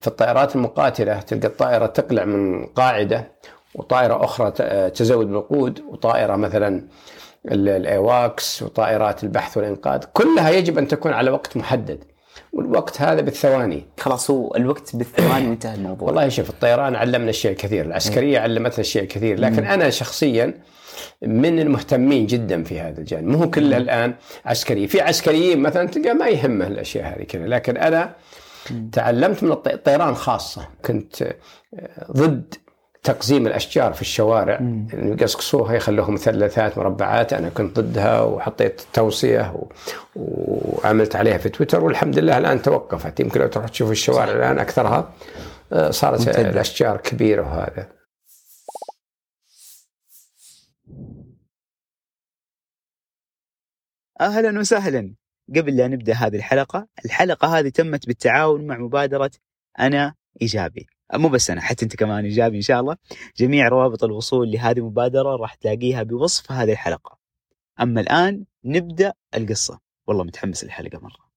في الطائرات المقاتلة تلقى الطائرة تقلع من قاعدة وطائرة أخرى تزود بالوقود، وطائرة مثلا الأيواكس وطائرات البحث والإنقاذ، كلها يجب أن تكون على وقت محدد، والوقت هذا بالثواني. خلاص هو الوقت بالثواني وانتهى الموضوع. والله شوف، الطيران علمنا أشياء كثير، العسكرية علمتنا أشياء كثير، لكن أنا شخصيا من المهتمين جدا في هذا الجانب. مو كلها الآن عسكري، في عسكريين مثلا تلقى ما يهمه الأشياء هذه كذا، لكن أنا تعلمت من الطيران خاصة. كنت ضد تقزيم الأشجار في الشوارع، يقصقصوها يخلوها مثلثات مربعات، أنا كنت ضدها وحطيت توصية وعملت عليها في تويتر، والحمد لله الآن توقفت. يمكن لو تروح تشوف الشوارع الآن أكثرها صارت الأشجار كبيرة. وهذا أهلا وسهلا. قبل لا نبدأ هذه الحلقة هذه تمت بالتعاون مع مبادرة أنا إيجابي. مو بس أنا، حتى أنت كمان إيجابي إن شاء الله. جميع روابط الوصول لهذه المبادرة راح تلاقيها بوصف هذه الحلقة. أما الآن نبدأ القصة. والله متحمس الحلقة مرة.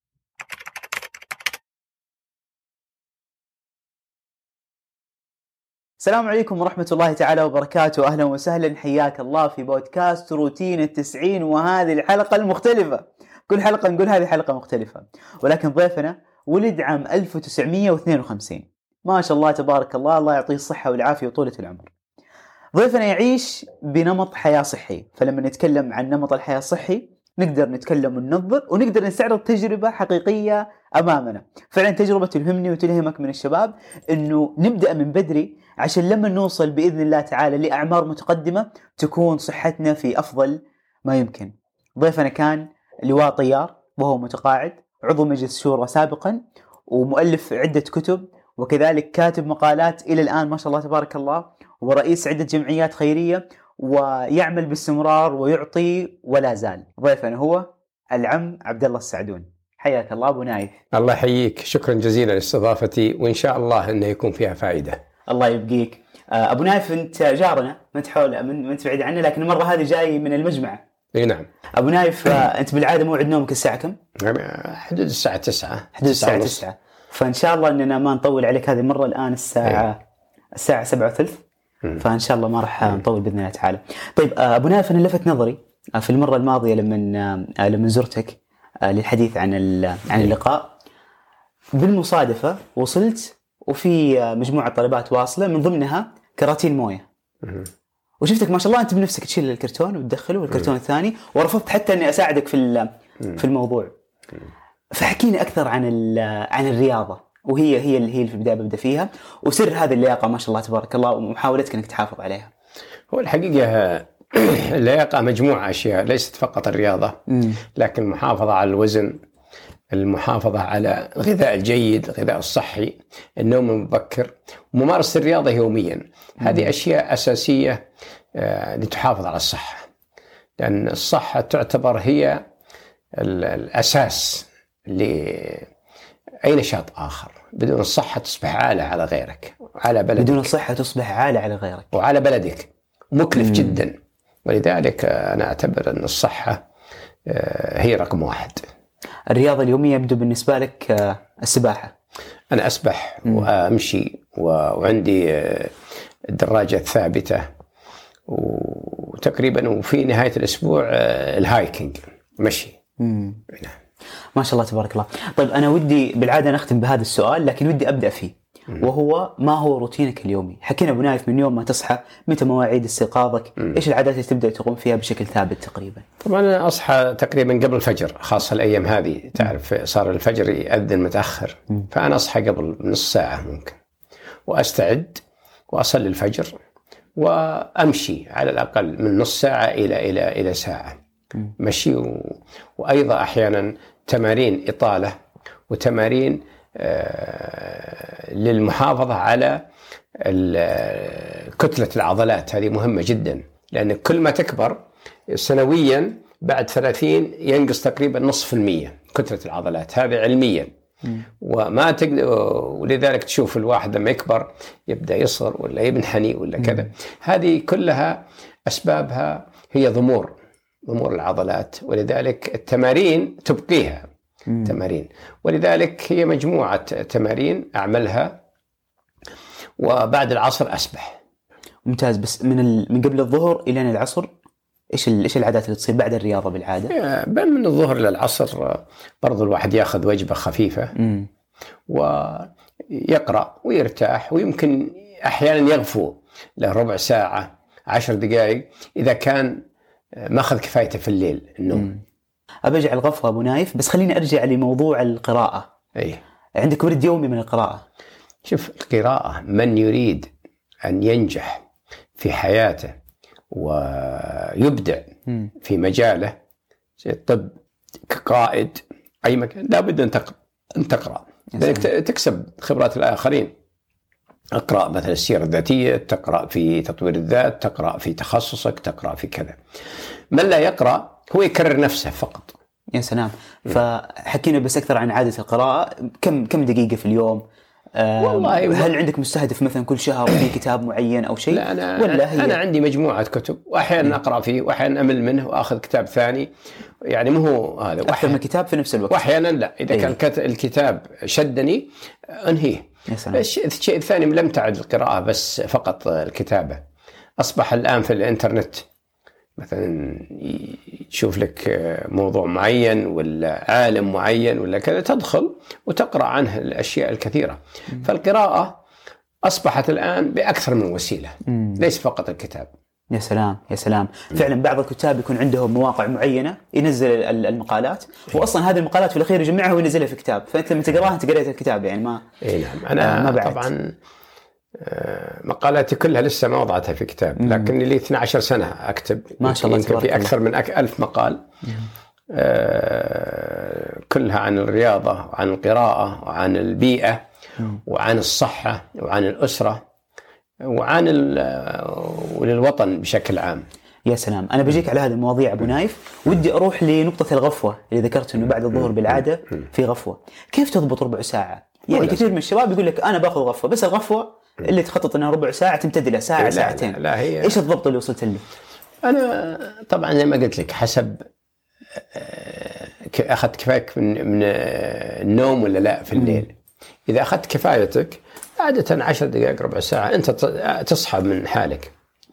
السلام عليكم ورحمة الله تعالى وبركاته. أهلا وسهلا، حياك الله في بودكاست روتين 90. وهذه الحلقة المختلفة، كل حلقة نقول هذه حلقة مختلفة، ولكن ضيفنا ولد عام 1952. ما شاء الله تبارك الله، الله يعطيه الصحة والعافية وطولة العمر. ضيفنا يعيش بنمط حياة صحي، فلما نتكلم عن نمط الحياة الصحي نقدر نتكلم وننظر ونقدر نستعرض تجربة حقيقية أمامنا. فعلا تجربة تلهمني وتلهمك من الشباب، إنه نبدأ من بدري عشان لما نوصل بإذن الله تعالى لأعمار متقدمة تكون صحتنا في أفضل ما يمكن. ضيفنا كان لواء طيار وهو متقاعد، عضو مجلس شورى سابقا، ومؤلف عدة كتب، وكذلك كاتب مقالات إلى الآن ما شاء الله تبارك الله، ورئيس عدة جمعيات خيرية، ويعمل باستمرار ويعطي ولا زال. ضيفنا هو العم عبد الله السعدون. حياك الله أبو نايف. الله يحييك، شكرا جزيلا لاستضافتي، وإن شاء الله أنه يكون فيها فائدة. الله يبقيك. أبو نايف أنت جارنا، ما تحول من بعيد عنا، لكن المرة هذه جاي من المجمع. اي نعم. أبو نايف، أنت بالعادة موعد نومك الساعة كم؟ حدود الساعة 9. حدود الساعة 9. فإن شاء الله أننا ما نطول عليك هذه المرة. الآن الساعة 7:03، فإن شاء الله ما راح نطول بإذن الله تعالى. طيب أبو نايف، أنا لفت نظري في المرة الماضية لما زرتك للحديث عن اللقاء، بالمصادفة وصلت وفي مجموعة طلبات واصلة، من ضمنها كراتين موية، وشفتك ما شاء الله أنت بنفسك تشيل الكرتون وتدخله والكرتون الثاني، ورفضت حتى أني أساعدك في الموضوع. فحكيني أكثر عن الرياضة، وهي اللي في البداية ببدأ فيها، وسر هذه اللياقة ما شاء الله تبارك الله، ومحاولتك أنك تحافظ عليها. هو الحقيقة اللياقة مجموعة أشياء، ليست فقط الرياضة، لكن المحافظة على الوزن، المحافظة على الغذاء الجيد، الغذاء الصحي، النوم المبكر، وممارسة الرياضة يوميا. هذه أشياء أساسية لتحافظ على الصحة، لأن الصحة تعتبر هي الأساس لأي نشاط آخر. بدون الصحة تصبح عالة على غيرك، على بلدك. بدون الصحة تصبح عالة على غيرك وعلى بلدك، مكلف جدا. ولذلك أنا أعتبر أن الصحة هي رقم 1. الرياضة اليومية يبدو بالنسبة لك السباحة. أنا أسبح وأمشي، وعندي الدراجة الثابتة، وتقريبا وفي نهاية الأسبوع الهايكينج، مشي. ما شاء الله تبارك الله. طيب أنا ودي بالعادة نختم بهذا السؤال، لكن ودي أبدأ فيه، وهو ما هو روتينك اليومي؟ حكينا أبو نايف من يوم ما تصحى، متى مواعيد استيقاظك، إيش العادات اللي تبدأ تقوم فيها بشكل ثابت تقريبا؟ طبعا أنا أصحى تقريبا قبل الفجر، خاصة الأيام هذه تعرف صار الفجر يأذن متأخر، فأنا أصحى قبل نص ساعة ممكن، وأستعد وأصلي الفجر، وأمشي على الأقل من نص ساعة إلى ساعة مشي، وأيضا أحيانا تمارين إطالة وتمارين للمحافظة على كتلة العضلات. هذه مهمة جدا، لأن كل ما تكبر سنويا بعد 30 ينقص تقريبا 0.5% كتلة العضلات، هذا علميا. وما تقدر، ولذلك تشوف الواحد لما يكبر يبدأ يصغر ولا ينحني ولا كذا. هذه كلها أسبابها هي ضمور العضلات، ولذلك التمارين تبقيها. تمارين. ولذلك هي مجموعة تمارين أعملها، وبعد العصر أسبح. ممتاز. بس من قبل الظهر إلى العصر إيش العادات اللي تصير بعد الرياضة بالعادة؟ من الظهر للعصر برضو الواحد يأخذ وجبة خفيفة ويقرأ ويرتاح، ويمكن أحيانا يغفو له ربع ساعة 10 دقائق إذا كان ما أخذ كفايته في الليل النوم. أبجع الغفوة أبو نايف، بس خليني أرجع لموضوع القراءة. عندك ورد يومي من القراءة؟ شوف، القراءة من يريد أن ينجح في حياته ويبدع في مجاله، زي الطب، كقائد، أي مكان، لابد أن تقرأ لأنك تكسب خبرات الآخرين. اقرأ مثلا السيرة الذاتية، تقرأ في تطوير الذات، تقرأ في تخصصك، تقرأ في كذا. من لا يقرأ هو يكرر نفسه فقط. يا سلام. فحكينا بس أكثر عن عادة القراءة. كم دقيقة في اليوم؟ والله هل عندك مستهدف مثلا كل شهر في كتاب معين أو شيء؟ لا، أنا عندي مجموعة كتب، وأحيانا أقرأ فيه وأحيانا أمل منه وأخذ كتاب ثاني، يعني مو هو هذا أكثر من كتاب في نفس الوقت. وأحيانا لا، إذا كان الكتاب شدني أنهيه. الشيء الثاني، لم تعد القراءة بس فقط الكتابة، أصبح الآن في الإنترنت مثلا يشوف لك موضوع معين ولا عالم معين ولا كذا، تدخل وتقرأ عنه الأشياء الكثيرة. فالقراءة أصبحت الآن بأكثر من وسيلة، ليس فقط الكتاب. يا سلام يا سلام. فعلا بعض الكتاب يكون عندهم مواقع معينة ينزل المقالات، وأصلا هذه المقالات في الأخير يجمعها وينزلها في كتاب، فأنت لما تقراها أنت قريت الكتاب يعني ما. نعم. أنا ما طبعا مقالاتي كلها لسه ما وضعتها في كتاب، لكن لي 12 سنة أكتب، ما شاء الله، يمكن في أكثر من 1000 مقال، كلها عن الرياضة وعن القراءة وعن البيئة وعن الصحة وعن الأسرة وعن وللوطن بشكل عام. يا سلام. أنا بجيك على هذه المواضيع أبو نايف، ودي أروح لنقطة الغفوة اللي ذكرت إنه بعد الظهر بالعادة في غفوة. كيف تضبط ربع ساعة؟ يعني كثير من الشباب يقول لك أنا باخذ غفوة، بس الغفوة اللي تخطط انها ربع ساعه تمتد الى ساعه ساعتين. لا هي ايش الضبط اللي وصلت له؟ انا طبعا زي ما قلت لك حسب اخذت كفايتك من النوم ولا لا في الليل. اذا اخذت كفايتك عاده 10 دقائق ربع ساعه انت تصحى من حالك.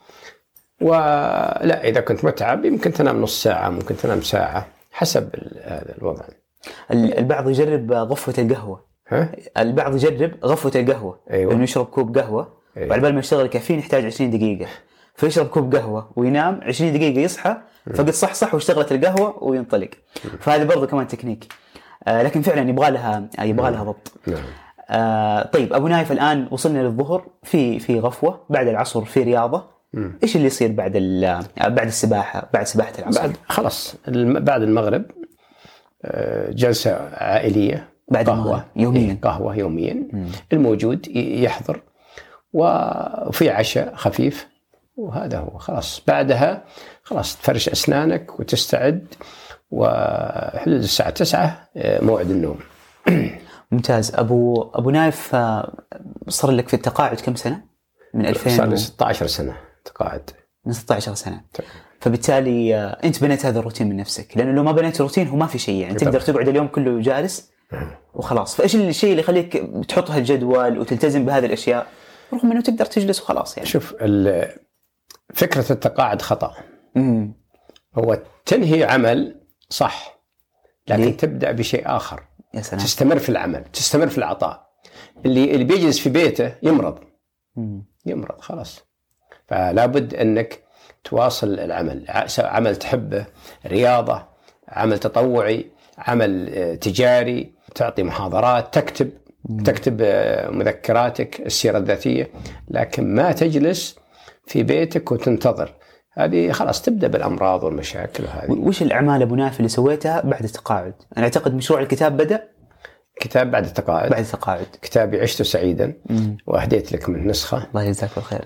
ولا اذا كنت متعب يمكن تنام نص ساعه، ممكن تنام ساعه، حسب هذا الوضع. البعض يجرب غفوه القهوه. البعض يجرب غفوة القهوة. أيوة. إنه يشرب كوب قهوة. أيوة. وعلى بال ما يشتغل الكافيين يحتاج 20 دقيقة، فيشرب كوب قهوة وينام 20 دقيقة، يصحى فقد صح واشتغلت القهوة وينطلق. فهذا برضو كمان تكنيك، لكن فعلا يبغى لها ضبط. طيب أبو نايف، الآن وصلنا للظهر، في غفوة، بعد العصر في رياضة. إيش اللي يصير بعد السباحة، بعد سباحة العصر؟ خلاص بعد المغرب جلسة عائلية، بعد قهوة يوميا. قهوة يوميا. الموجود يحضر، وفي عشاء خفيف، وهذا هو. خلاص بعدها خلاص تفرش أسنانك وتستعد، وحدود الساعة 9 موعد النوم. ممتاز. أبو نايف، صار لك في التقاعد كم سنة؟ من 2000؟ صار لي 16 سنة تقاعد. من 16 سنة. فبالتالي أنت بنيت هذا الروتين من نفسك، لأنه لو ما بنيت روتين هو ما في شيء، يعني تقدر تقعد اليوم كله جالس وخلاص. فإيش الشيء اللي يخليك تحط هالجدول وتلتزم بهذه الأشياء رغم أنه تقدر تجلس وخلاص؟ يعني شوف، فكرة التقاعد خطأ. هو تنهي عمل صح، لكن تبدأ بشيء آخر. يا سلام. تستمر في العمل، تستمر في العطاء. اللي بيجلس في بيته يمرض. يمرض خلاص. فلا بد أنك تواصل العمل، عمل تحبه، رياضة، عمل تطوعي، عمل تجاري، تعطي محاضرات، تكتب مذكراتك، السيرة الذاتية، لكن ما تجلس في بيتك وتنتظر. هذه خلاص تبدأ بالأمراض والمشاكل. وهذه وش الأعمال أبو نايف اللي سويتها بعد التقاعد؟ أنا أعتقد مشروع الكتاب بدأ كتاب بعد التقاعد. بعد التقاعد كتابي عشت سعيدا، وأهديت لك من نسخة. الله يجزاك الخير.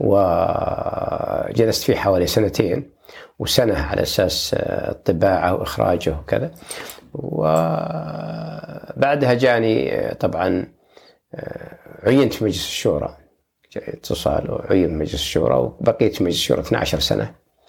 وجلست فيه حوالي 2 وسنة على أساس الطباعة وإخراجه وكذا. وبعدها جاني طبعا عينت في مجلس الشورى، جاء اتصال وعين مجلس الشورى، وبقيت في مجلس الشورى 12 سنة.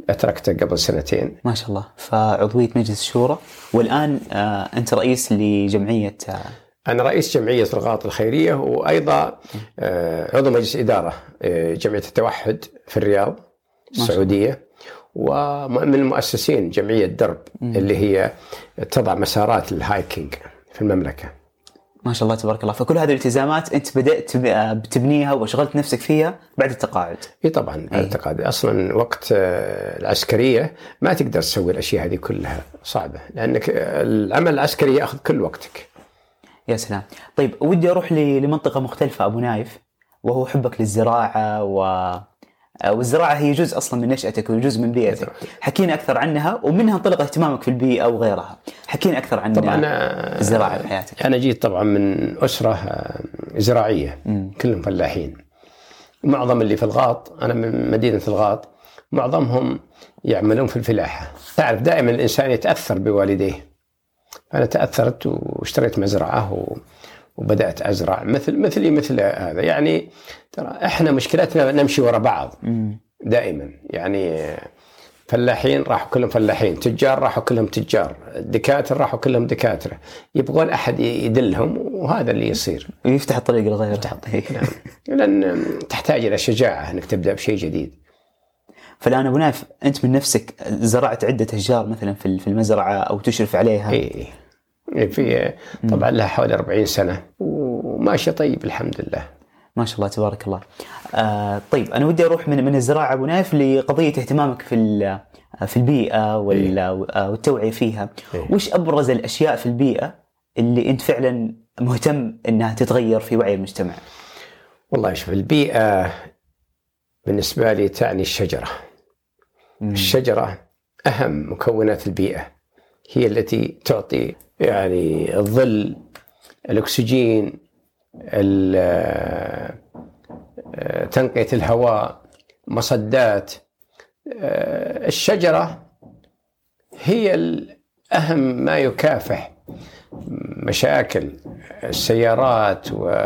أتركته قبل 2 ما شاء الله. فعضوية مجلس الشورى، والآن أنت رئيس لجمعية أنا رئيس جمعية الغاط الخيرية، وأيضا عضو مجلس إدارة جمعية التوحد في الرياض السعودية، ومن المؤسسين جمعية درب اللي هي تضع مسارات الهايكينج في المملكة. ما شاء الله تبارك الله. فكل هذه الالتزامات أنت بدأت بتبنيها وشغلت نفسك فيها بعد التقاعد؟ إيه طبعا بعد التقاعد. أصلا وقت العسكرية ما تقدر تسوي الأشياء هذه كلها، صعبة، لأنك العمل العسكري يأخذ كل وقتك. يا سلام. طيب ودي أروح لمنطقة مختلفة أبو نايف، وهو حبك للزراعة والزراعة هي جزء أصلا من نشأتك وجزء من بيئتك. حكينا أكثر عنها، ومنها انطلق اهتمامك في البيئة وغيرها. حكينا أكثر عن طبعا الزراعة في حياتك. أنا جيت طبعا من أسرة زراعية، كلهم فلاحين. معظم اللي في الغاط، أنا من مدينة الغاط، معظمهم يعملون في الفلاحة. تعرف دائما الإنسان يتأثر بوالديه. أنا تأثرت واشتريت مزرعة وبدأت أزرع مثل هذا. يعني ترى إحنا مشكلتنا نمشي وراء بعض دائما. يعني فلاحين راحوا كلهم فلاحين، تجار راحوا كلهم تجار، دكاترة راحوا كلهم دكاترة، يبغون أحد يدلهم، وهذا اللي يصير، ويفتح الطريق لغيره. نعم. لأن تحتاج إلى شجاعة أنك تبدأ بشيء جديد. فالآن أبو نايف أنت من نفسك زرعت عدة أشجار مثلا في المزرعة أو تشرف عليها؟ إيه في طبعا لها حوالي 40 سنة وماشي طيب الحمد لله. ما شاء الله تبارك الله. طيب أنا ودي أروح من الزراعة أبو نايف لقضية اهتمامك في البيئة والتوعية فيها. وش أبرز الأشياء في البيئة اللي أنت فعلا مهتم أنها تتغير في وعي المجتمع؟ والله شوف، البيئة بالنسبة لي تعني الشجرة. الشجرة أهم مكونات البيئة، هي التي تعطي يعني الظل، الأكسجين، تنقية الهواء، مصدات. الشجرة هي الأهم ما يكافح مشاكل السيارات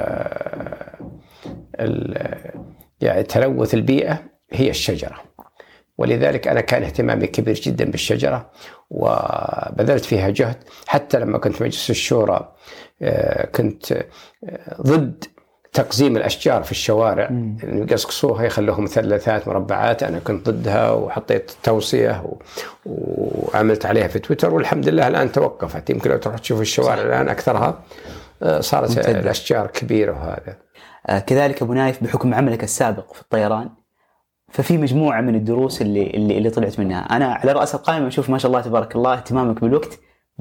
يعني تلوث البيئة، هي الشجرة. ولذلك أنا كان اهتمامي كبير جدا بالشجرة وبذلت فيها جهد. حتى لما كنت مجلس الشورى كنت ضد تقزيم الأشجار في الشوارع، يقصقصوها يخلوها مثلثات مربعات. أنا كنت ضدها وحطيت توصية وعملت عليها في تويتر، والحمد لله الآن توقفت. يمكن لو تروح تشوف الشوارع الآن أكثرها صارت الأشجار كبيرة. وهذا كذلك أبو نايف بحكم عملك السابق في الطيران، ففي مجموعة من الدروس اللي طلعت منها. أنا على رأس القائمة أشوف ما شاء الله تبارك الله اهتمامك بالوقت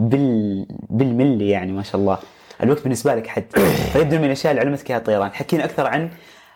بالملي، يعني ما شاء الله الوقت بالنسبة لك حد. فيبدو من الأشياء اللي علمتك إياها الطيران. حكينا أكثر عن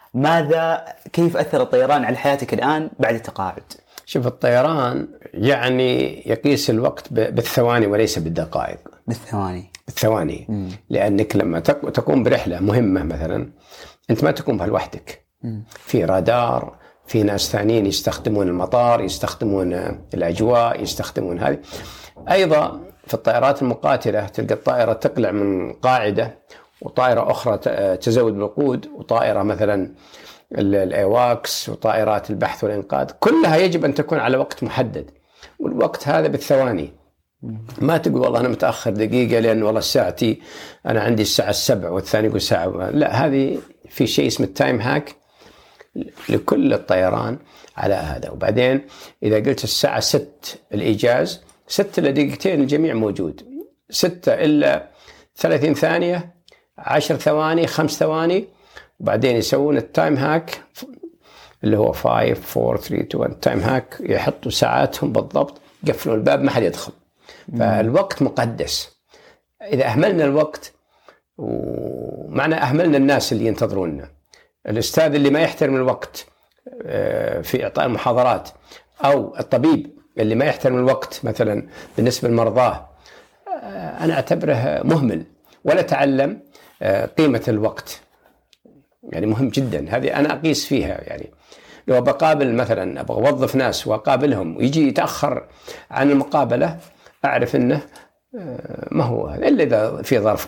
كيف أثر الطيران على حياتك الآن بعد التقاعد. شوف، الطيران يعني يقيس الوقت بالثواني وليس بالدقائق. بالثواني. لأنك لما تقوم برحلة مهمة مثلا، أنت ما تقوم بها لوحدك، في رادار، في ناس ثانيين يستخدمون المطار، يستخدمون الأجواء، يستخدمون هذه. أيضا في الطائرات المقاتلة تلقى الطائرة تقلع من قاعدة، وطائرة أخرى تزود بالوقود، وطائرة مثلا الأيواكس، وطائرات البحث والإنقاذ، كلها يجب أن تكون على وقت محدد، والوقت هذا بالثواني. ما تقول والله أنا متأخر دقيقة لأن والله ساعتي أنا عندي الساعة 7 والثاني يقول ساعة. لا، هذه في شيء اسمه التايم هاك لكل الطيران على هذا. وبعدين إذا قلت الساعة 6 الإيجاز، 6 إلا دقيقتين الجميع موجود، 6 إلا 30 ثانية، 10 ثواني، 5 ثواني. وبعدين يسوون التايم هاك اللي هو 5 4 3 2 1 تايم هاك، يحطوا ساعاتهم بالضبط، يقفلون الباب ما حد يدخل. فالوقت مقدس. إذا أهملنا الوقت، ومعنى أهملنا الناس اللي ينتظروننا، الأستاذ اللي ما يحترم الوقت في إعطاء المحاضرات، أو الطبيب اللي ما يحترم الوقت مثلا بالنسبة للمرضى، أنا أعتبره مهمل ولا تعلم قيمة الوقت. يعني مهم جدا، هذه أنا أقيس فيها. يعني لو بقابل مثلا أبغى أوظف ناس وأقابلهم ويجي يتأخر عن المقابلة، أعرف إنه ما هو هذا، إلا إذا في ظرف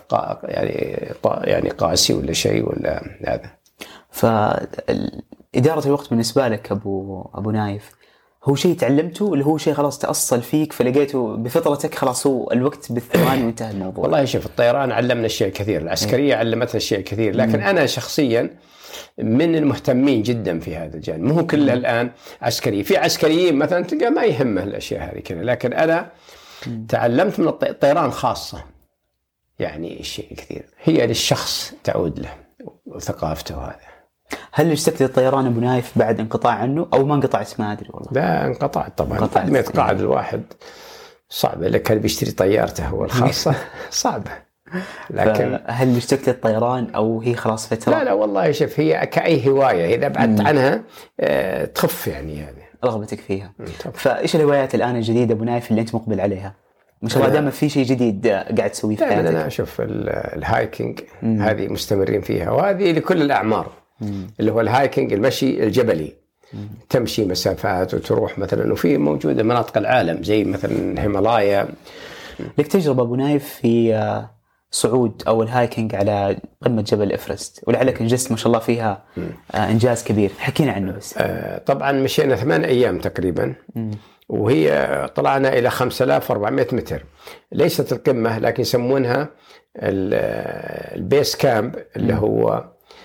يعني قاسي ولا شيء ولا هذا. فإدارة الوقت بالنسبة لك أبو نايف هو شيء تعلمته اللي هو شيء خلاص تأصل فيك فلقيته بفطرتك خلاص هو الوقت بالثواني وانتهى الموضوع؟ والله شوف، الطيران علمنا أشياء كثير، العسكرية علمتنا أشياء كثير، لكن أنا شخصيا من المهتمين جدا في هذا الجانب. مو كله الآن عسكري، في عسكريين مثلا تلقى ما يهمه الأشياء هذه كذا، لكن أنا تعلمت من الطيران خاصة يعني شيء كثير، هي للشخص تعود له وثقافته هذا. هل اشتقت للطيران ابو نايف بعد انقطاع عنه او ما انقطعت؟ ما ادري والله. لا انقطعت طبعا، بعد ما يتقاعد الواحد صعبة، لك كان بيشتري طيارته هو الخاصة صعبة. لكن هل اشتقت للطيران او هي خلاص فترة؟ لا والله شوف، هي كأي هواية إذا بعدت عنها تخف يعني هذه رغبتك فيها. فايش الهوايات الان الجديدة ابو نايف اللي انت مقبل عليها؟ ما شاء الله دائما في شيء جديد قاعد تسويه في حياتك. أنا أشوف الهايكينج هذه مستمرين فيها، وهذه لكل الأعمار. اللي هو الهايكينج، المشي الجبلي، تمشي مسافات وتروح مثلا، وفي موجودة مناطق العالم زي مثلا الهيمالايا. لك تجربة ابو نايف في صعود او الهايكينج على قمة جبل إفرست، ولعلك انجزت ما شاء الله فيها انجاز كبير، حكينا عنه بس. طبعا مشينا 8 أيام تقريبا، وهي طلعنا إلى 5400 متر، ليست القمة لكن يسمونها البيس كامب، اللي هو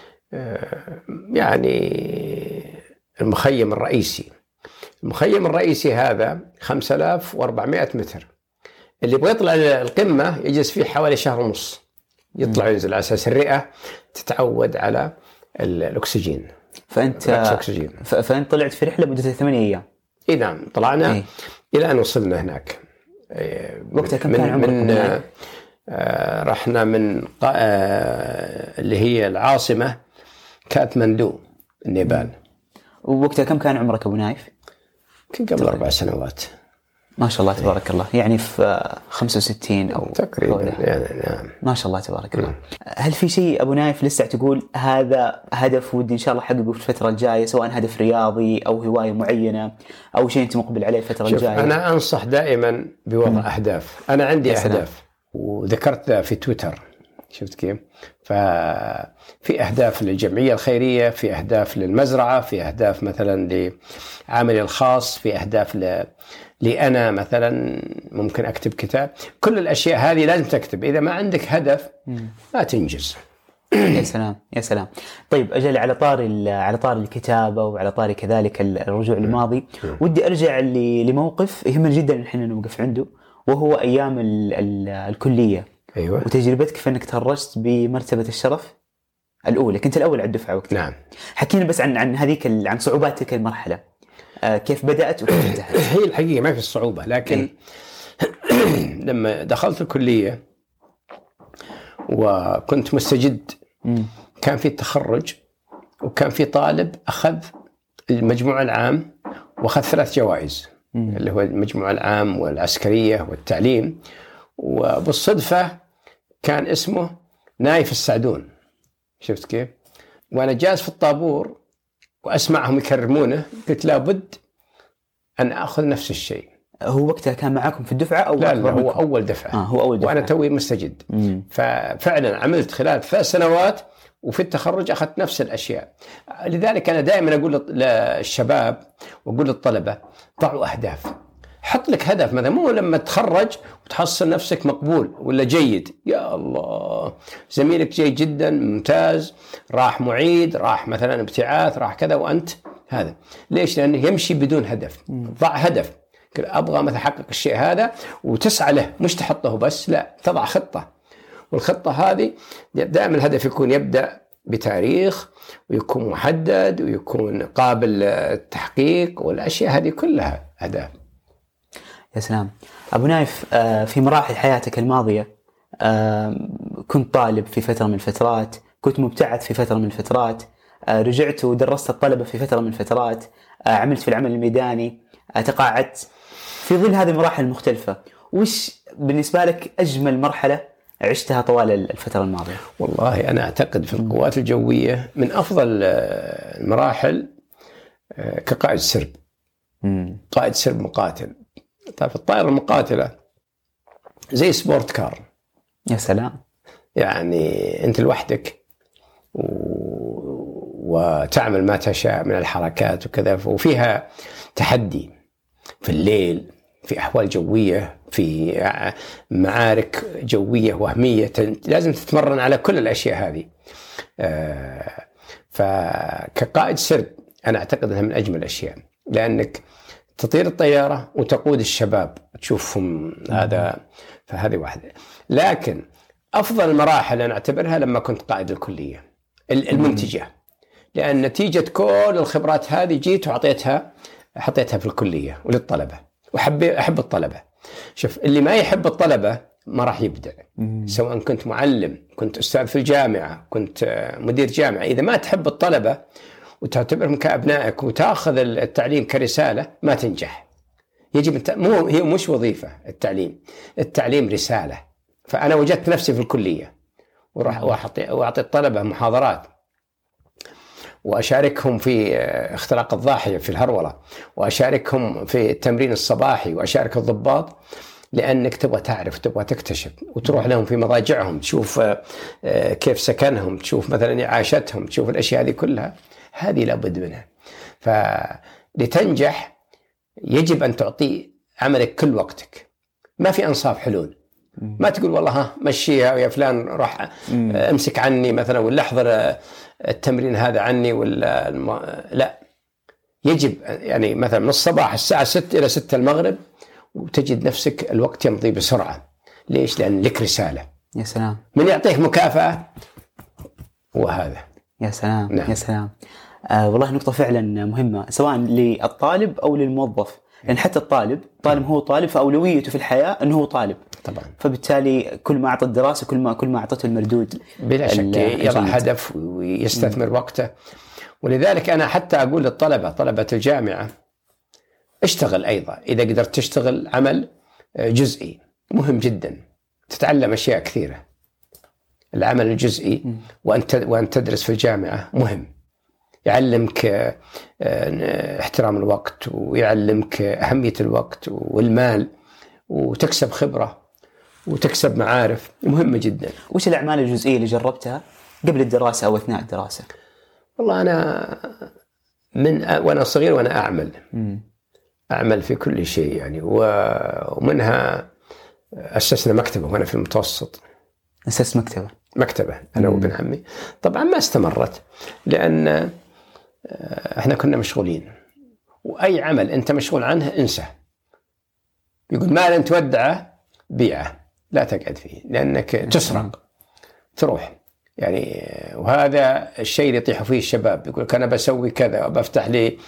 يعني المخيم الرئيسي. المخيم الرئيسي هذا 5400 متر، اللي يبغى يطلع القمة يجلس فيه حوالي شهر ونص، يطلع ينزل على أساس الرئة تتعود على الأكسجين. فأنت طلعت في رحلة مدة 8 أيام؟ إيه نعم، طلعنا إلى أن وصلنا هناك. وقتها كم كان عمرك؟ رحنا من اللي هي العاصمة كاتماندو، النيبال. ووقتها كم كان عمرك أبو نايف؟ كان قبل 4 سنوات. ما شاء الله تبارك الله، يعني في 65 أو تقريبا يعني. نعم ما شاء الله تبارك الله. هل في شيء أبو نايف لسه تقول هذا هدف ودي إن شاء الله أحققه في الفترة الجاية، سواء هدف رياضي أو هواية معينة أو شيء أنت مقبل عليه الفترة الجاية؟ أنا أنصح دائما بوضع أهداف. أنا عندي أهداف وذكرت في تويتر، شفت كيف؟ ففي أهداف للجمعية الخيرية، في أهداف للمزرعة، في أهداف مثلا لعملي الخاص، في أهداف لي أنا مثلا ممكن أكتب كتاب. كل الأشياء هذه لازم تكتب، إذا ما عندك هدف ما تنجز. يا سلام يا سلام. طيب أجل على طار الكتابة وعلى طار كذلك الرجوع للماضي، ودي أرجع لموقف يهمنا جدا نحن نوقف عنده، وهو أيام الكلية. أيوة. وتجربتك في أنك تخرجت بمرتبة الشرف الأولى، كنت الأول على الدفعة وقتها. نعم. حكينا بس عن صعوبات تلك المرحلة، كيف بدأت وكيف انتهت؟ هي الحقيقة ما في الصعوبة، لكن لما دخلت الكلية وكنت مستجد، كان في التخرج، وكان في طالب أخذ المجموع العام وأخذ 3 جوائز، اللي هو المجموع العام والعسكرية والتعليم. وبالصدفة كان اسمه نايف السعدون، شفت كيف؟ وأنا جالس في الطابور وأسمعهم يكرمونه، قلت لابد أن أخذ نفس الشيء. هو وقتها كان معكم في الدفعة أو لا هو أول دفعة. هو أول دفعة. وأنا توي مستجد. ففعلا عملت خلال 3 سنوات، وفي التخرج أخذت نفس الأشياء. لذلك أنا دائما أقول للشباب وأقول للطلبة ضعوا أهداف. حط لك هدف، مثلا مو لما تخرج وتحصل نفسك مقبول ولا جيد، يا الله زميلك جيد جدا ممتاز، راح معيد، راح مثلا ابتعاث، راح كذا، وأنت هذا ليش؟ لأنه يمشي بدون هدف. ضع هدف، أبغى مثلا أحقق الشيء هذا وتسعى له، مش تحطه بس، لا تضع خطة. والخطة هذه دائما الهدف يكون يبدأ بتاريخ، ويكون محدد، ويكون قابل للتحقيق، والأشياء هذه كلها أهداف. يا سلام. أبو نايف، في مراحل حياتك الماضية كنت طالب في فترة من الفترات، كنت مبتعث في فترة من الفترات، رجعت ودرست الطلبة في فترة من الفترات، عملت في العمل الميداني، تقاعدت. في ظل هذه المراحل المختلفة، وش بالنسبة لك أجمل مرحلة عشتها طوال الفترة الماضية؟ والله أنا أعتقد في القوات الجوية من أفضل المراحل كقائد سرب. قائد سرب مقاتل. طيب الطائرة المقاتلة زي سبورت كار. يا سلام. يعني أنت لوحدك وتعمل ما تشاء من الحركات وكذا، وفيها تحدي. في الليل، في أحوال جوية، في معارك جوية وهمية، لازم تتمرن على كل الأشياء هذه. فكقائد سرب أنا أعتقد أنها من أجمل الأشياء، لأنك تطير الطيارة وتقود الشباب تشوفهم هذا، فهذه واحدة. لكن أفضل المراحل أنا أعتبرها لما كنت قائد الكلية المنتجة، لأن نتيجة كل الخبرات هذه جيت وحطيتها في الكلية وللطلبة، أحب الطلبة. شوف، اللي ما يحب الطلبة ما راح يبدع. سواء كنت معلم، كنت أستاذ في الجامعة، كنت مدير جامعة، إذا ما تحب الطلبة وتعتبرهم كأبنائك وتأخذ التعليم كرسالة ما تنجح. يجب هي مش وظيفة التعليم رسالة. فأنا وجدت نفسي في الكلية وراح وأعطي الطلبة محاضرات، وأشاركهم في اختراق الضاحية في الهرولة، وأشاركهم في التمرين الصباحي، وأشارك الضباط، لأنك تبغى تعرف، تبغى تكتشف، وتروح لهم في مضاجعهم، تشوف كيف سكنهم، تشوف مثلا إعاشتهم، تشوف الأشياء هذه كلها. هذه لابد منها. فلتنجح يجب أن تعطي عملك كل وقتك، ما في أنصاف حلول. ما تقول والله مشيها يا فلان، راح امسك عني مثلا، ولا احضر التمرين هذا عني، ولا لا. يجب يعني مثلا من الصباح الساعة 6 إلى 6 المغرب، وتجد نفسك الوقت يمضي بسرعة. ليش؟ لأن لك رسالة. يا سلام. من يعطيك مكافأة وهذا. يا سلام. نعم. يا سلام. والله نقطة فعلا مهمة، سواء للطالب أو للموظف. لأن حتى الطالب هو طالب، فأولويته في الحياة أنه هو طالب طبعا. فبالتالي كل ما أعطى الدراسة كل ما أعطته المردود بلا شك يضع هدف ويستثمر وقته. ولذلك أنا حتى أقول للطلبة، طلبة الجامعة، اشتغل أيضا إذا قدرت تشتغل عمل جزئي مهم جدا، تتعلم أشياء كثيرة. العمل الجزئي وأن تدرس في الجامعة مهم، يعلمك احترام الوقت، ويعلمك أهمية الوقت والمال، وتكسب خبرة وتكسب معارف مهمة جدا. وش الأعمال الجزئية اللي جربتها قبل الدراسة أو أثناء الدراسة؟ والله أنا وأنا صغير وأنا أعمل في كل شيء يعني، ومنها أسسنا مكتبة وأنا في المتوسط. أسست مكتبة أنا وابن عمي. طبعا ما استمرت لأن احنا كنا مشغولين، وأي عمل أنت مشغول عنه انسى. يقول مال أنت تودعه بيعه، لا تقعد فيه، لأنك تسرق تروح يعني. وهذا الشيء اللي يطيح فيه الشباب، يقول أنا بسوي كذا، بفتح لي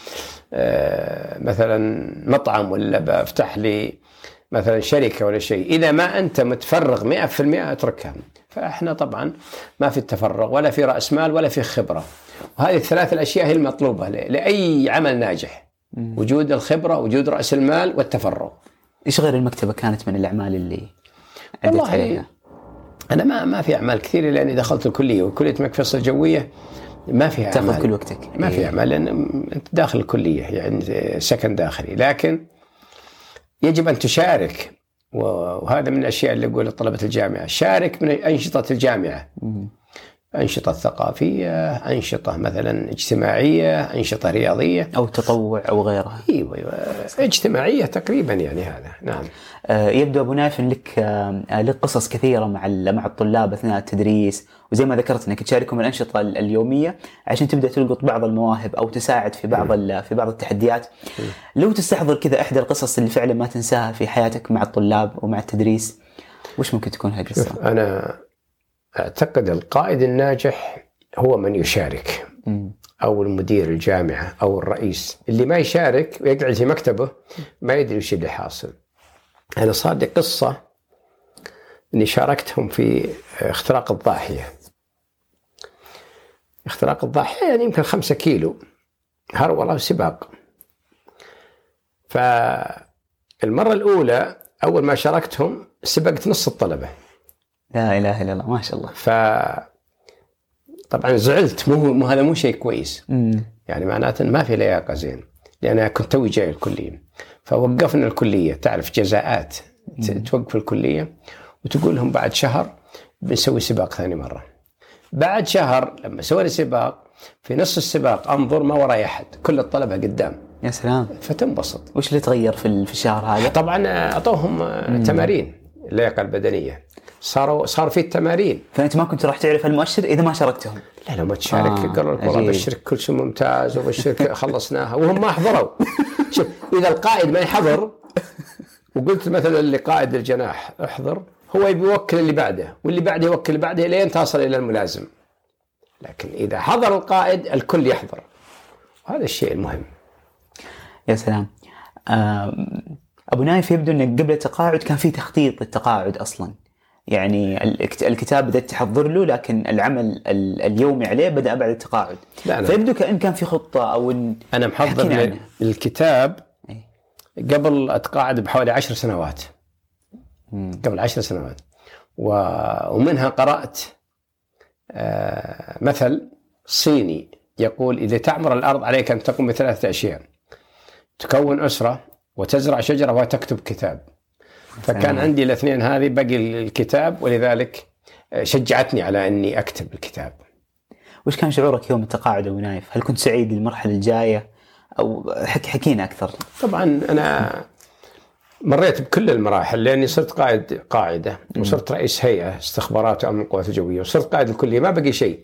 مثلا مطعم، ولا بفتح لي مثلا شركة ولا شيء. إذا ما أنت متفرغ 100% اتركها. فإحنا طبعا ما في التفرغ، ولا في رأس مال، ولا في خبرة. وهذه الثلاث الأشياء هي المطلوبة لأي عمل ناجح: وجود الخبرة، وجود رأس المال، والتفرغ. إيش غير المكتبة كانت من الأعمال اللي عدت عليها؟ أنا ما في أعمال كثيرة، لأني دخلت الكلية، وكلية مكفصة الجوية ما فيها أعمال، تأخذ كل وقتك. ما فيها أعمال لأن أنت داخل الكلية يعني سكن داخلي. لكن يجب أن تشارك، وهذا من الأشياء اللي أقول لطلبة الجامعة: شارك من أنشطة الجامعة، أنشطة ثقافية، أنشطة مثلا اجتماعية، أنشطة رياضية أو تطوع أو غيرها. أيوة اجتماعية تقريبا يعني. هذا نعم. يبدو أبو نايف لك قصص كثيرة مع الطلاب أثناء التدريس، وزي ما ذكرت أنك تشاركهم الأنشطة اليومية عشان تبدأ تلقط بعض المواهب أو تساعد في بعض التحديات. لو تستحضر كذا إحدى القصص اللي فعلا ما تنساها في حياتك مع الطلاب ومع التدريس، وش ممكن تكون هذه القصة؟ أنا أعتقد القائد الناجح هو من يشارك، أو المدير الجامعة أو الرئيس. اللي ما يشارك ويقعد في مكتبه ما يدري وش اللي حاصل. أنا صار لي قصة أني شاركتهم في اختراق الضاحية. اختراق الضاحية يعني يمكن 5 كيلو هرولة وسباق. فالمرة الأولى أول ما شاركتهم سبقت نص الطلبة. لا إله إلا الله، ما شاء الله. طبعا زعلت، هذا مو شيء كويس. يعني معناته ما في لياقة زين، لأن أنا كنت توي جاي الكلية. فوقفنا الكلية، تعرف جزاءات، توقف الكلية وتقول لهم بعد شهر بنسوي سباق ثاني مرة. بعد شهر لما سوينا سباق في نص السباق انظر ما وراي احد، كل الطلبه قدام. يا سلام. فتنبسط. وش اللي تغير في الشهر هذا؟ طبعا اعطوهم تمارين اللياقه البدنيه، صار في التمارين. فانت ما كنت راح تعرف المؤشر اذا ما شاركتهم؟ لا لو ما تشارك قالوا لك والله بشرك كل شيء ممتاز وبشرك خلصناها، وهم ما حضروا. شوف اذا القائد ما يحضر وقلت مثلا لقائد الجناح احضر، هو يوكل اللي بعده واللي بعده يوكل اللي بعده لين تصل الى الملازم. لكن اذا حضر القائد الكل يحضر، وهذا الشيء المهم. يا سلام. ابو نايف، يبدو انك قبل التقاعد كان في تخطيط للتقاعد اصلا، يعني الكتاب بدأت تحضر له، لكن العمل اليومي عليه بدأ بعد التقاعد. فيبدو كأن كان في خطة أو أنا محضر الكتاب قبل أتقاعد بحوالي 10 سنوات. قبل 10 سنوات، ومنها قرأت مثل صيني يقول: إذا تعمر الأرض عليك أن تقوم ب3 أشياء: تكون أسرة، وتزرع شجرة، وتكتب كتاب. فكان عندي الاثنين هذه، بقي الكتاب، ولذلك شجعتني على أني أكتب الكتاب. وش كان شعورك يوم التقاعد أبو نايف؟ هل كنت سعيد للمرحلة الجاية أو حكينا أكثر؟ طبعا أنا مريت بكل المراحل، لأني صرت قاعدة، وصرت رئيس هيئة استخبارات وأمن القوات الجوية، وصرت قائد الكلية، ما بقي شيء.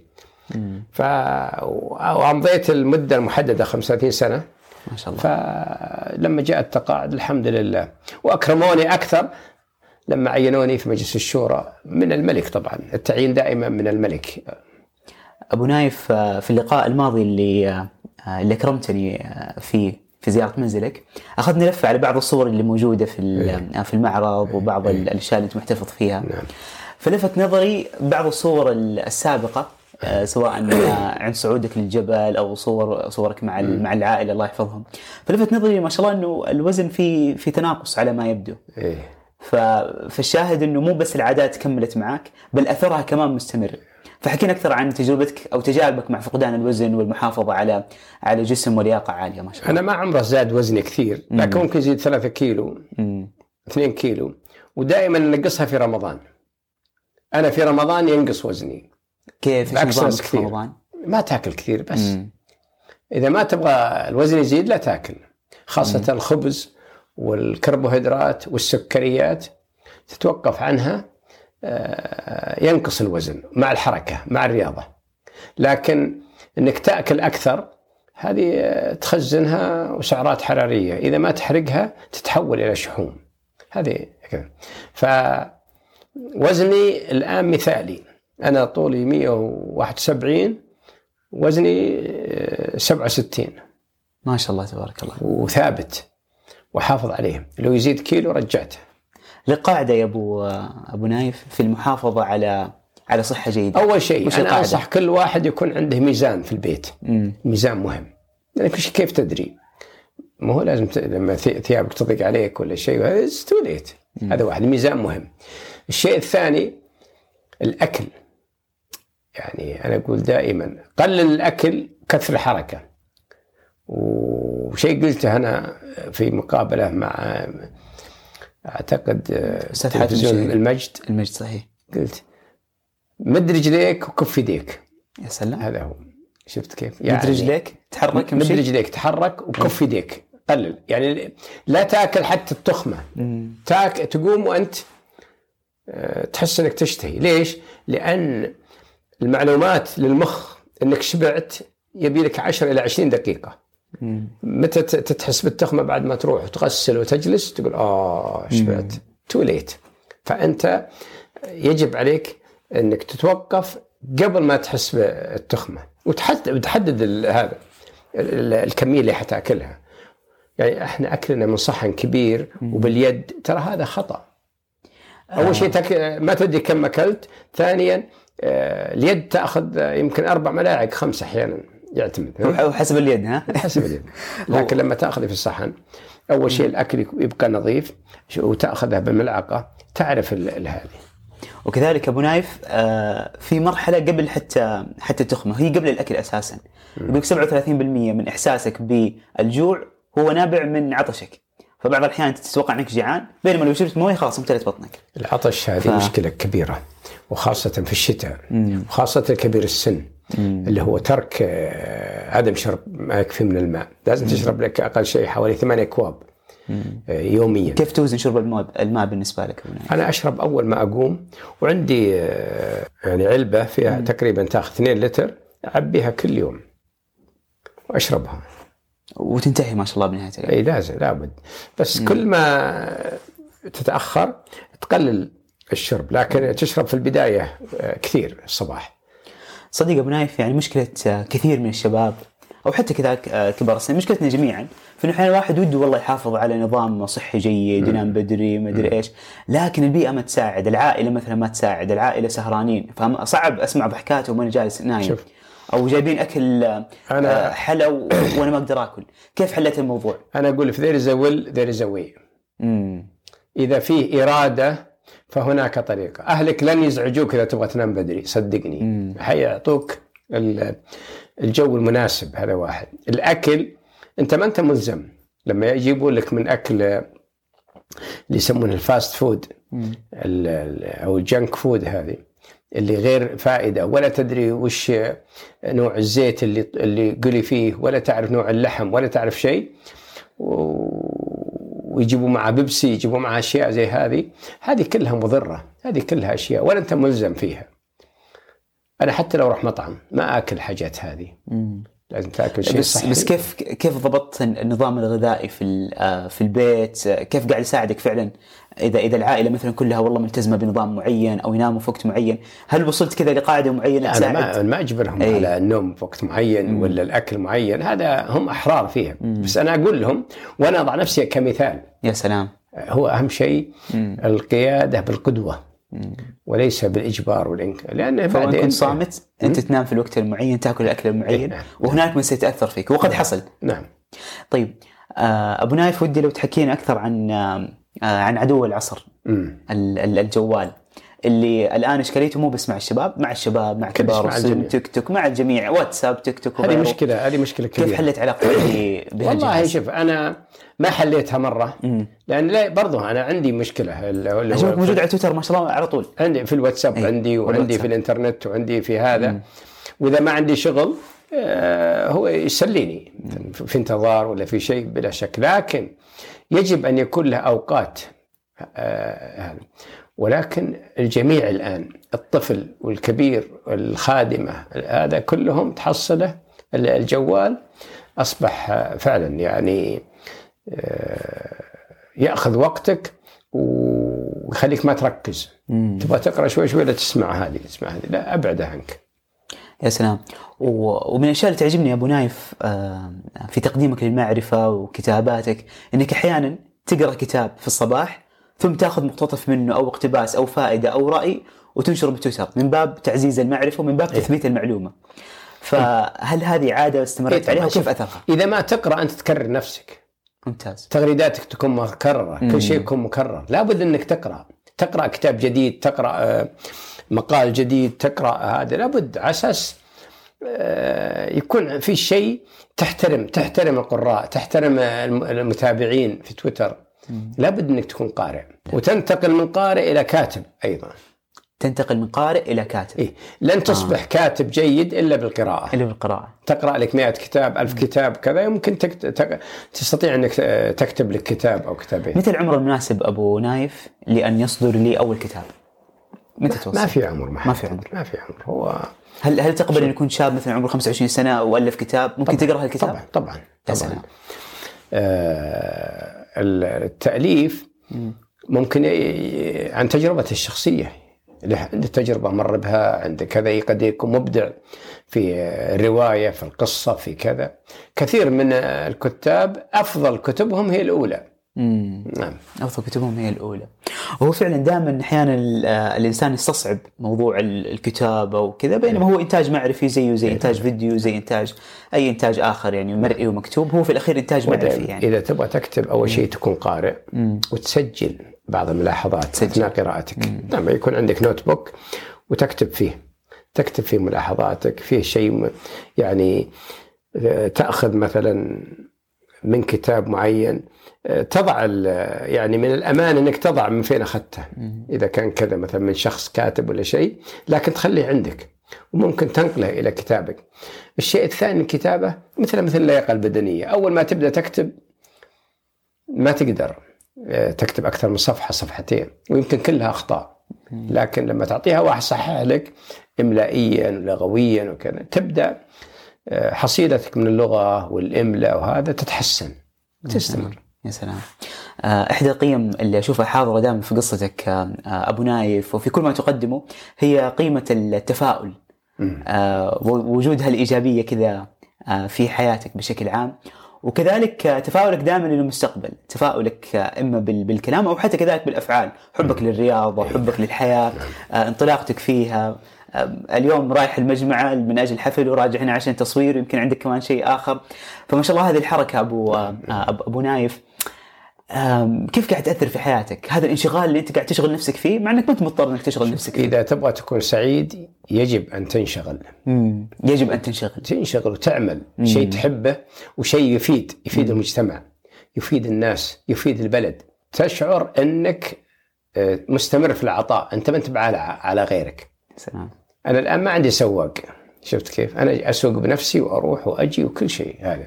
وأمضيت المدة المحددة 35 سنة ما شاء الله. فلما جاء التقاعد الحمد لله، وأكرموني أكثر لما عينوني في مجلس الشورى من الملك. طبعا التعيين دائما من الملك. أبو نايف، في اللقاء الماضي اللي أكرمتني في زيارة منزلك، أخذني لفة على بعض الصور اللي موجودة في المعرض، وبعض الأشياء اللي أنت محتفظ فيها. نعم. فلفت نظري بعض الصور السابقة، سواء عند صعودك للجبل أو صورك مع العائلة الله يحفظهم. فلفت نظري ما شاء الله أنه الوزن في تناقص على ما يبدو. فالشاهد أنه مو بس العادات كملت معك، بل أثرها كمان مستمر. فحكينا أكثر عن تجربتك أو تجاربك مع فقدان الوزن والمحافظة على جسم ولياقة عالية. ما شاء الله. أنا ما عمره زاد وزني كثير، لكن ممكن يزيد 3 كيلو 2 كيلو، ودائما نقصها في رمضان. أنا في رمضان ينقص وزني. كيف؟ بعكس ناس كثير رمضان؟ ما تأكل كثير، بس إذا ما تبغى الوزن يزيد لا تأكل، خاصة الخبز والكربوهيدرات والسكريات تتوقف عنها، ينقص الوزن مع الحركة مع الرياضة. لكن إنك تأكل أكثر هذه تخزنها وسعرات حرارية، إذا ما تحرقها تتحول إلى شحوم. هذه كذا. فوزني الآن مثالي، أنا طولي 171، وزني 67. ما شاء الله تبارك الله. وثابت وحافظ عليه، لو يزيد كيلو رجعته. لقاعدة يا أبو نايف في المحافظة على صحة جيدة. أول شيء أنا أنصح كل واحد يكون عنده ميزان في البيت. ميزان مهم، يعني كيف تدري؟ ما هو لازم لما ثيابك تضيق عليك ولا شيء استوليت. هذا واحد، ميزان مهم. الشيء الثاني الأكل. يعني أنا أقول دائما قلل الأكل كثر الحركة. وشيء قلته أنا في مقابلة مع أعتقد تلفزيون المجد صحيح، قلت مد رجليك وكف يديك. يا سلام. هذا هو. شفت كيف؟ يعني مد رجليك تحرك، مد رجليك تحرك وكف يديك. قلل، يعني لا تأكل حتى التخمة. تقوم وأنت تحس أنك تشتهي. ليش؟ لأن المعلومات للمخ أنك شبعت يبي لك 10 إلى 20 دقيقة. متى تتحس بالتخمة؟ بعد ما تروح وتغسل وتجلس تقول شبعت. توليت. فأنت يجب عليك أنك تتوقف قبل ما تحس بالتخمة، وتحدد هذا الكمية اللي حتاكلها. يعني احنا أكلنا من صحن كبير وباليد، ترى هذا خطأ. أول شيء ما تدري كم أكلت. ثانيا اليد تأخذ يمكن 4 ملاعق 5 أحيانا، يعتمد حسب اليد. حسب اليد. لكن لما تأخذ في الصحن، أول شيء الأكل يبقى نظيف، وتأخذها بملعقة تعرف هذه. وكذلك أبو نايف في مرحلة قبل حتى التخمة، هي قبل الأكل أساسا. يقولك 37% من إحساسك بالجوع هو نابع من عطشك. فبعض الأحيان أنت تتوقع أنك جيعان، بينما لو شربت موية خلاص امتلت بطنك. العطش هذه مشكلة كبيرة، وخاصة في الشتاء، وخاصة كبير السن. اللي هو ترك عدم شرب ما يكفي من الماء. لازم تشرب لك أقل شيء حوالي 8 أكواب يوميا. كيف توزن شرب الماء بالنسبة لك؟ أنا أشرب أول ما أقوم، وعندي يعني علبة فيها تقريبا تأخذ 2 لتر، أعبيها كل يوم وأشربها وتنتهي ما شاء الله بنهاية اليوم. أي لازم لابد، بس كل ما تتأخر تقلل الشرب، لكن تشرب في البداية كثير الصباح. صديق أبو نايف، يعني مشكلة كثير من الشباب أو حتى كذا كبار السن، مشكلتنا جميعا في أحيانا الواحد وده والله يحافظ على نظام صحي جيد، ينام بدري ما أدري إيش، لكن البيئة ما تساعد، العائلة مثلا ما تساعد، العائلة سهرانين، فصعب أسمع ضحكاتهم وأنا جالس نايم. شوف. أو جايبين أكل حلا وأنا ما أقدر أكل. كيف حلت الموضوع؟ أنا أقول if there is a will there is a way. إذا في إرادة فهناك طريقة. أهلك لن يزعجوك إذا تبغى تنام بدري، صدقني. حيعطوك الجو المناسب. هذا واحد. الأكل أنت ما أنت ملزم. لما يجيبوا لك من أكل اللي يسمونه الفاست فود أو الجنك فود، هذه اللي غير فائدة، ولا تدري وش نوع الزيت اللي قلي فيه، ولا تعرف نوع اللحم، ولا تعرف شيء، ويجيبوا مع بيبسي، يجيبوا مع أشياء زي هذه كلها مضرة. هذه كلها أشياء ولا أنت ملزم فيها. أنا حتى لو رح مطعم ما أكل حاجات هذه. لازم تأكل شيء صحي. بس كيف ضبطت النظام الغذائي في البيت؟ كيف قاعد يساعدك فعلا؟ إذا العائلة مثلا كلها والله ملتزمة بنظام معين أو يناموا في وقت معين، هل وصلت كذا لقاعدة معينة تساعد؟ أنا ما أجبرهم على النوم في وقت معين ولا الأكل معين، هذا هم أحرار فيها. بس أنا أقول لهم وأنا أضع نفسي كمثال. يا سلام. هو أهم شيء القيادة بالقدوة وليس بالإجبار والإنكار. لأن بعدين كنت صامت، أنت تنام في الوقت المعين، تأكل الأكل المعين، وهناك من سيتأثر فيك، وقد حصل. نعم. طيب أبو نايف، ودي لو تحكينا أكثر عن عدو العصر، الجوال، اللي الآن إشكاليته مو بس مع الشباب، مع كبار السن، تيك توك، مع الجميع، واتساب، تيك توك. هذه مشكلة كبيرة. كيف حلت علاقتك بهالجهاز؟ والله شوف، أنا ما حليتها مرة، لأن برضه أنا عندي مشكلة. أشوفك موجود على تويتر ما شاء الله على طول. عندي في الواتساب، عندي وعندي في الإنترنت، وعندي في هذا. وإذا ما عندي شغل هو يسليني في انتظار ولا في شيء بلا شك، لكن يجب أن يكون له أوقات. ولكن الجميع الآن، الطفل والكبير والخادمة، هذا كلهم تحصله الجوال أصبح فعلا يعني يأخذ وقتك ويخليك ما تركز. تبغى تقرأ شوي لا تسمع هذه، لا، أبعدها عنك. يا سلام. ومن الأشياء اللي تعجبني يا أبو نايف في تقديمك للمعرفة وكتاباتك، أنك أحيانا تقرأ كتاب في الصباح ثم تأخذ مقتطف منه أو اقتباس أو فائدة أو رأي وتنشره بتويتر، من باب تعزيز المعرفة ومن باب تثبيت المعلومة. فهل هذه عادة استمرت عليها وكيف أثرها؟ إذا ما تقرأ أنت تكرر نفسك. ممتاز. تغريداتك تكون مكررة، كل شيء يكون مكرر. لابد أنك تقرأ كتاب جديد، تقرأ مقال جديد، تقرأ هذا، لابد على أساس يكون في شيء تحترم القراء، تحترم المتابعين في تويتر. لابد أنك تكون قارئ، وتنتقل من قارئ إلى كاتب أيضا. تنتقل من قارئ إلى كاتب. إيه؟ لن تصبح كاتب جيد إلا بالقراءة. تقرأ لك 100 كتاب، 1000 كتاب كذا، يمكن تستطيع أنك تكتب لك كتاب أو كتابين. متى العمر المناسب أبو نايف لأن يصدر لي أول كتاب؟ متى توصل؟ ما في عمر. ما في عمر. هو هل تقبل أن يكون شاب مثلا عمره 25 سنة وألف كتاب ممكن تقرأ هالكتاب؟ طبعا. التأليف ممكن عن تجربة الشخصية، اللي عنده تجربة مر بها، عند كذا، قد يكون مبدع في الرواية، في القصة، في كذا. كثير من الكتاب أفضل كتبهم هي الأولى. نعم، أفضل كتبهم هي الأولى. وهو فعلا دائما أحيانا الإنسان يستصعب موضوع الكتابة وكذا، بينما هو إنتاج معرفي زي إنتاج فيديو، زي إنتاج أي إنتاج آخر يعني مرئي ومكتوب، هو في الأخير إنتاج معرفي. يعني إذا تبغى تكتب أول شيء تكون قارئ وتسجل بعض الملاحظات أثناء قراءتك. لما يكون عندك نوت بوك وتكتب فيه ملاحظاتك، فيه شيء يعني تأخذ مثلا من كتاب معين، تضع يعني من الأمان أنك تضع من فين أخذته، إذا كان كذا مثلا من شخص كاتب ولا شيء، لكن تخليه عندك. وممكن تنقله إلى كتابك. الشيء الثاني الكتابة مثل اللياقة البدنية، أول ما تبدأ تكتب ما تقدر تكتب أكثر من صفحة صفحتين ويمكن كلها أخطاء، لكن لما تعطيها واحد صحح لك إملائيا ولغويا وكذا تبدأ حصيلتك من اللغة والإملاء وهذا تتحسن وتستمر. يا سلام. إحدى القيم اللي أشوفها حاضرة دائما في قصتك أبو نايف وفي كل ما تقدمه هي قيمة التفاؤل، ووجودها الإيجابية كذا في حياتك بشكل عام، وكذلك تفاؤلك دائما للمستقبل، تفاؤلك إما بالكلام أو حتى كذلك بالأفعال، حبك للرياضة، حبك للحياة، انطلاقتك فيها. اليوم رايح المجمع من أجل حفل وراجع هنا عشان تصوير، يمكن عندك كمان شيء آخر. فما شاء الله هذه الحركة أبو نايف كيف قاعد تأثر في حياتك؟ هذا الانشغال اللي أنت قاعد تشغل نفسك فيه مع أنك ما أنت مضطر أنك تشغل نفسك فيه. إذا تبغى تكون سعيد يجب أن تنشغل. يجب أن تنشغل وتعمل شيء تحبه وشيء يفيد المجتمع، يفيد الناس، يفيد البلد. تشعر أنك مستمر في العطاء، أنت ما أنت على غيرك. سلام. أنا الآن ما عندي سواق، شفت كيف؟ أنا أسوق بنفسي وأروح وأجي وكل شيء هذا.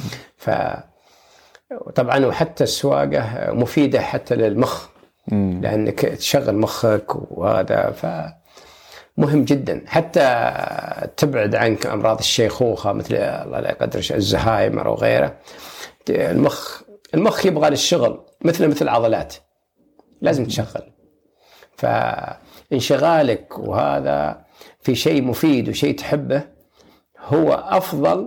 طبعا وحتى السواقة مفيدة حتى للمخ، لأنك تشغل مخك وهذا فمهم جدا، حتى تبعد عنك أمراض الشيخوخة مثل الله لا يقدر الزهايمر وغيره. المخ يبغى للشغل مثل العضلات، لازم تشغل. فانشغالك وهذا في شيء مفيد وشيء تحبه هو أفضل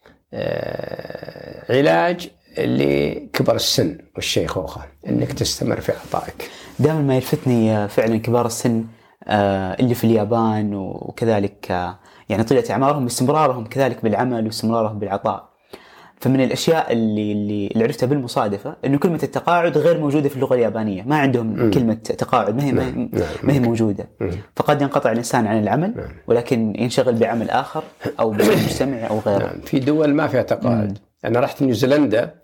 علاج لكبر السن والشيخوخة، أنك تستمر في عطائك. دائما ما يلفتني فعلا كبار السن اللي في اليابان وكذلك يعني طيلة أعمارهم باستمرارهم كذلك بالعمل واستمرارهم بالعطاء. فمن الأشياء اللي عرفتها بالمصادفة إنه كلمة التقاعد غير موجودة في اللغة اليابانية، ما عندهم كلمة تقاعد، ما هي موجودة. فقد ينقطع الإنسان عن العمل ولكن ينشغل بعمل آخر أو بالمجتمع أو غيره. في دول ما فيها تقاعد. أنا رحت نيوزيلندا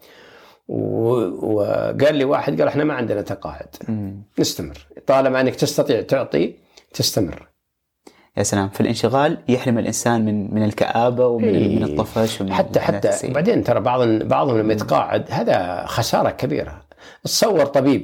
وقال لي واحد، قال إحنا ما عندنا تقاعد، نستمر طالما أنك تستطيع تعطي تستمر. يا سلام. في الانشغال يحرم الإنسان من الكآبة ومن الطفش ومن حتى وبعدين ترى بعضهم لما يتقاعد هذا خسارة كبيرة. تصور طبيب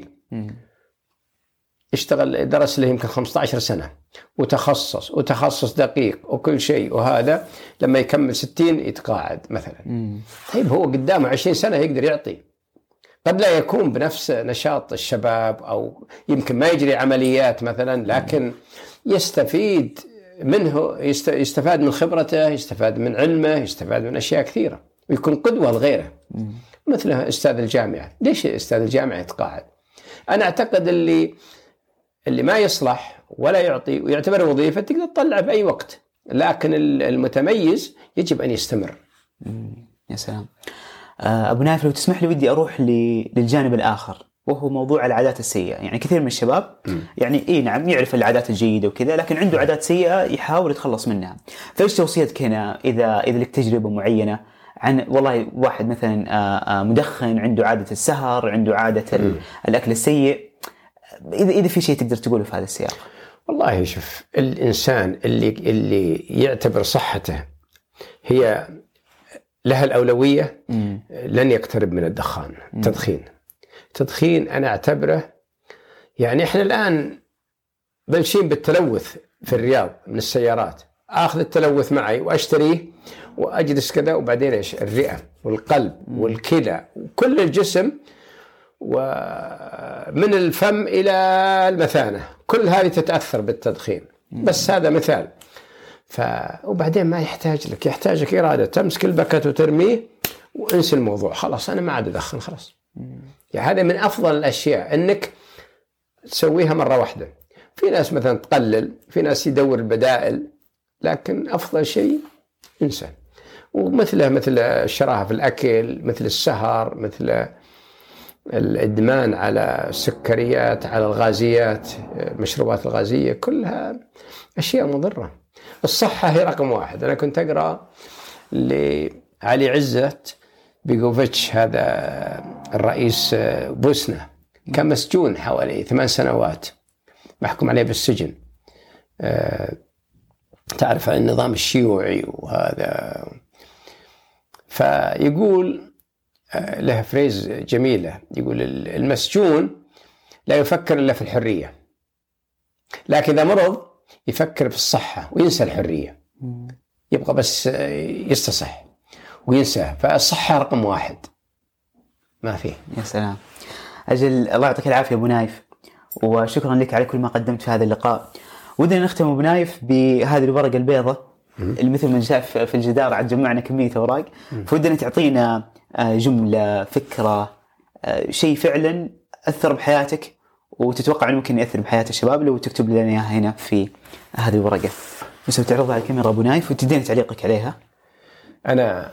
اشتغل درس له يمكن 15 سنة وتخصص دقيق وكل شيء، وهذا لما يكمل 60 يتقاعد مثلا. طيب هو قدامه 20 سنة يقدر يعطي، قد لا يكون بنفس نشاط الشباب أو يمكن ما يجري عمليات مثلا، لكن يستفيد منه، يستفاد من خبرته، يستفاد من علمه، يستفاد من أشياء كثيرة ويكون قدوة لغيره. مثل أستاذ الجامعة، ليش أستاذ الجامعة يتقاعد؟ أنا أعتقد اللي ما يصلح ولا يعطي ويعتبر وظيفة تقدر تطلع بأي وقت، لكن المتميز يجب أن يستمر. يا سلام. أبو نايف لو تسمح لي ودي أروح للجانب الآخر، وهو موضوع العادات السيئة. يعني كثير من الشباب يعني نعم يعرف العادات الجيدة وكذا، لكن عنده عادات سيئة يحاول يتخلص منها. فإيش توصيتك هنا إذا لك تجربة معينة عن والله واحد مثلا مدخن، عنده عادة السهر، عنده عادة الأكل السيء، إذا في شيء تقدر تقوله في هذا السياق؟ والله شوف، الإنسان اللي يعتبر صحته هي لها الأولوية لن يقترب من الدخان. تدخين أنا أعتبره، يعني إحنا الآن بلشين بالتلوث في الرياض من السيارات، أخذ التلوث معي وأشتريه وأجلس كذا، وبعدين إيش الرئة والقلب والكلى وكل الجسم ومن الفم إلى المثانة كل هذه تتأثر بالتدخين. بس هذا مثال. وبعدين ما يحتاجك إرادة، تمسك البكت وترميه وانسى الموضوع، خلاص أنا ما عاد أدخن خلاص. يعني هذا من أفضل الأشياء أنك تسويها مرة واحدة. في ناس مثلا تقلل، في ناس يدور البدائل، لكن أفضل شيء انسى. ومثله مثل الشراهة في الأكل، مثل السهر، مثل الإدمان على السكريات، على الغازيات، المشروبات الغازية، كلها أشياء مضرة. الصحة هي رقم واحد. أنا كنت أقرأ لعلي عزت بيغوفيتش، هذا الرئيس بوسنة، كان مسجون حوالي 8 سنوات، محكوم عليه بالسجن. تعرف عن النظام الشيوعي وهذا. فيقول له فريز جميلة، يقول المسجون لا يفكر إلا في الحرية، لكن إذا مرض يفكر في الصحة وينسى الحرية، يبقى بس يستصح وينسى. فالصحة رقم 1 ما فيه. يا سلام. أجل، الله يعطيك العافية أبو نايف، وشكرا لك على كل ما قدمت في هذا اللقاء. ودنا نختم أبو نايف بهذه الورقة البيضة اللي مثل ما شاف في الجدار عاد جمعنا كمية أوراق، فودنا تعطينا جملة، فكرة، شيء فعلا أثر بحياتك وتتوقع أنه ممكن يأثر بحياة الشباب، لو تكتب لنا إياها هنا في هذه الورقة بس تعرضها على الكاميرا أبو نايف وتدينا تعليقك عليها. أنا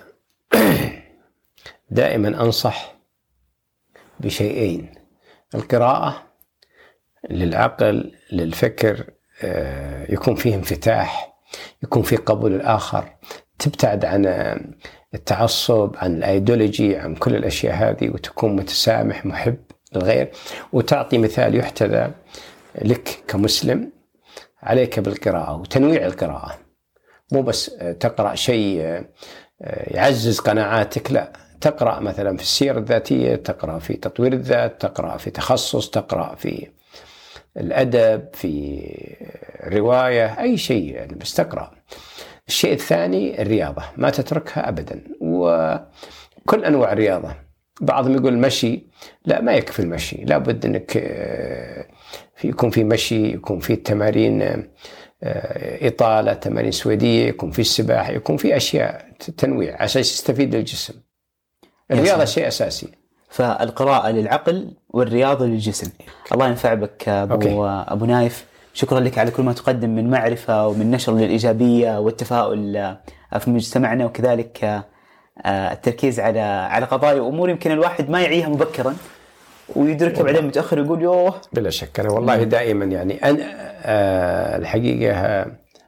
دائما أنصح بشيئين: القراءة للعقل للفكر، يكون فيه انفتاح، يكون فيه قبول الآخر، تبتعد عن التعصب، عن الأيديولوجي، عن كل الأشياء هذه، وتكون متسامح محب للغير، وتعطي مثال يحتذى لك كمسلم. عليك بالقراءة وتنويع القراءة، مو بس تقرأ شيء يعزز قناعاتك، لا، تقرأ مثلا في السيرة الذاتية، تقرأ في تطوير الذات، تقرأ في تخصص، تقرأ في الأدب، في رواية، أي شيء يعني، بس تقرأ. الشيء الثاني الرياضة، ما تتركها أبدا، وكل أنواع الرياضة. بعضهم يقول المشي، لا، ما يكفي المشي، لابد أنك يكون في مشي، يكون في تمارين إطالة، تمارين سويدية، يكون في السباحة، يكون في أشياء تنويع عشان يستفيد الجسم. الرياضة شيء أساسي. فالقراءة للعقل والرياضة للجسم. الله ينفع بك أبو نايف، شكرا لك على كل ما تقدم من معرفة ومن نشر للإيجابية والتفاؤل في مجتمعنا، وكذلك التركيز على قضايا وأمور يمكن الواحد ما يعيها مبكرا ويدركها بعدين متأخر يقول يوه. بلا شك. أنا والله دائما يعني أنا الحقيقة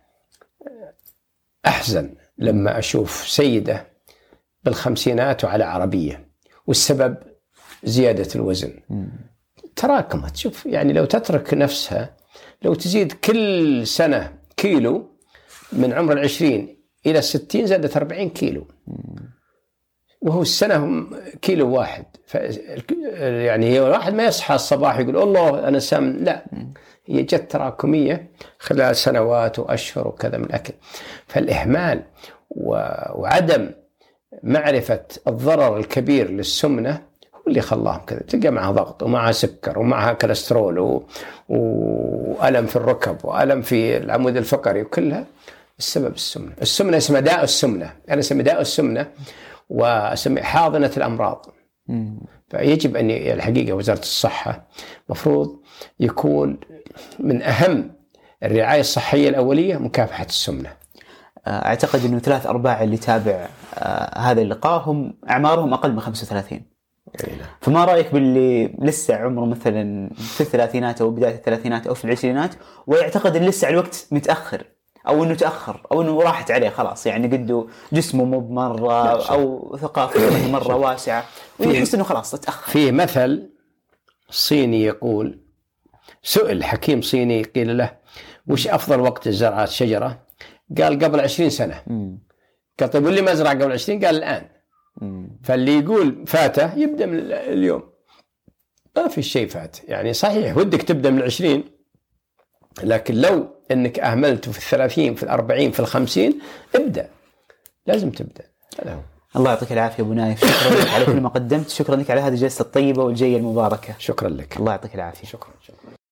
أحزن لما أشوف سيدة بالخمسينات وعلى عربية، والسبب زيادة الوزن. تراكمت. شوف يعني لو تترك نفسها، لو تزيد كل سنة كيلو من عمر 20 إلى 60 زادت 40 كيلو، وهو السنة كيلو واحد. يعني الواحد ما يصحى الصباح يقول الله أنا سامن، لا، هي جت تراكمية خلال سنوات وأشهر وكذا من الأكل. فالإهمال وعدم معرفة الضرر الكبير للسمنة هو اللي خلاهم كذا. تلقى معها ضغط ومعها سكر ومعها كوليسترول وألم في الركب وألم في العمود الفقري، وكلها السبب السمنة. السمنة اسمها داء السمنة، أنا اسمي داء السمنة واسمي حاضنة الأمراض. فيجب أن الحقيقة وزارة الصحة مفروض يكون من أهم الرعاية الصحية الأولية مكافحة السمنة. أعتقد أنه 3/4 اللي تابع هذا اللقاء هم أعمارهم أقل من 35. فما رأيك باللي لسه عمره مثلا في الثلاثينات أو بداية الثلاثينات أو في العشرينات ويعتقد أن لسه الوقت متأخر أو أنه تأخر أو أنه راحت عليه خلاص، يعني قده جسمه مو بمرة أو ثقافته مرة واسعة ويحس أنه خلاص تأخر. في مثل صيني يقول، سئل حكيم صيني قيل له وش أفضل وقت لزراعة شجرة؟ قال قبل 20 سنة. قال طيب واللي ما زرع قبل 20؟ قال الآن. فاللي يقول فاته يبدأ من اليوم، ما في شيء فات. يعني صحيح ودك تبدأ من 20، لكن لو أنك أهملت في 30 في 40 في 50 ابدأ، لازم تبدأ. هذا هو. الله يعطيك العافية أبو نايف، شكرا لك على كل ما قدمت، شكرا لك على هذه الجلسة الطيبة والجية المباركة. شكرا لك. الله يعطيك العافية. شكرا.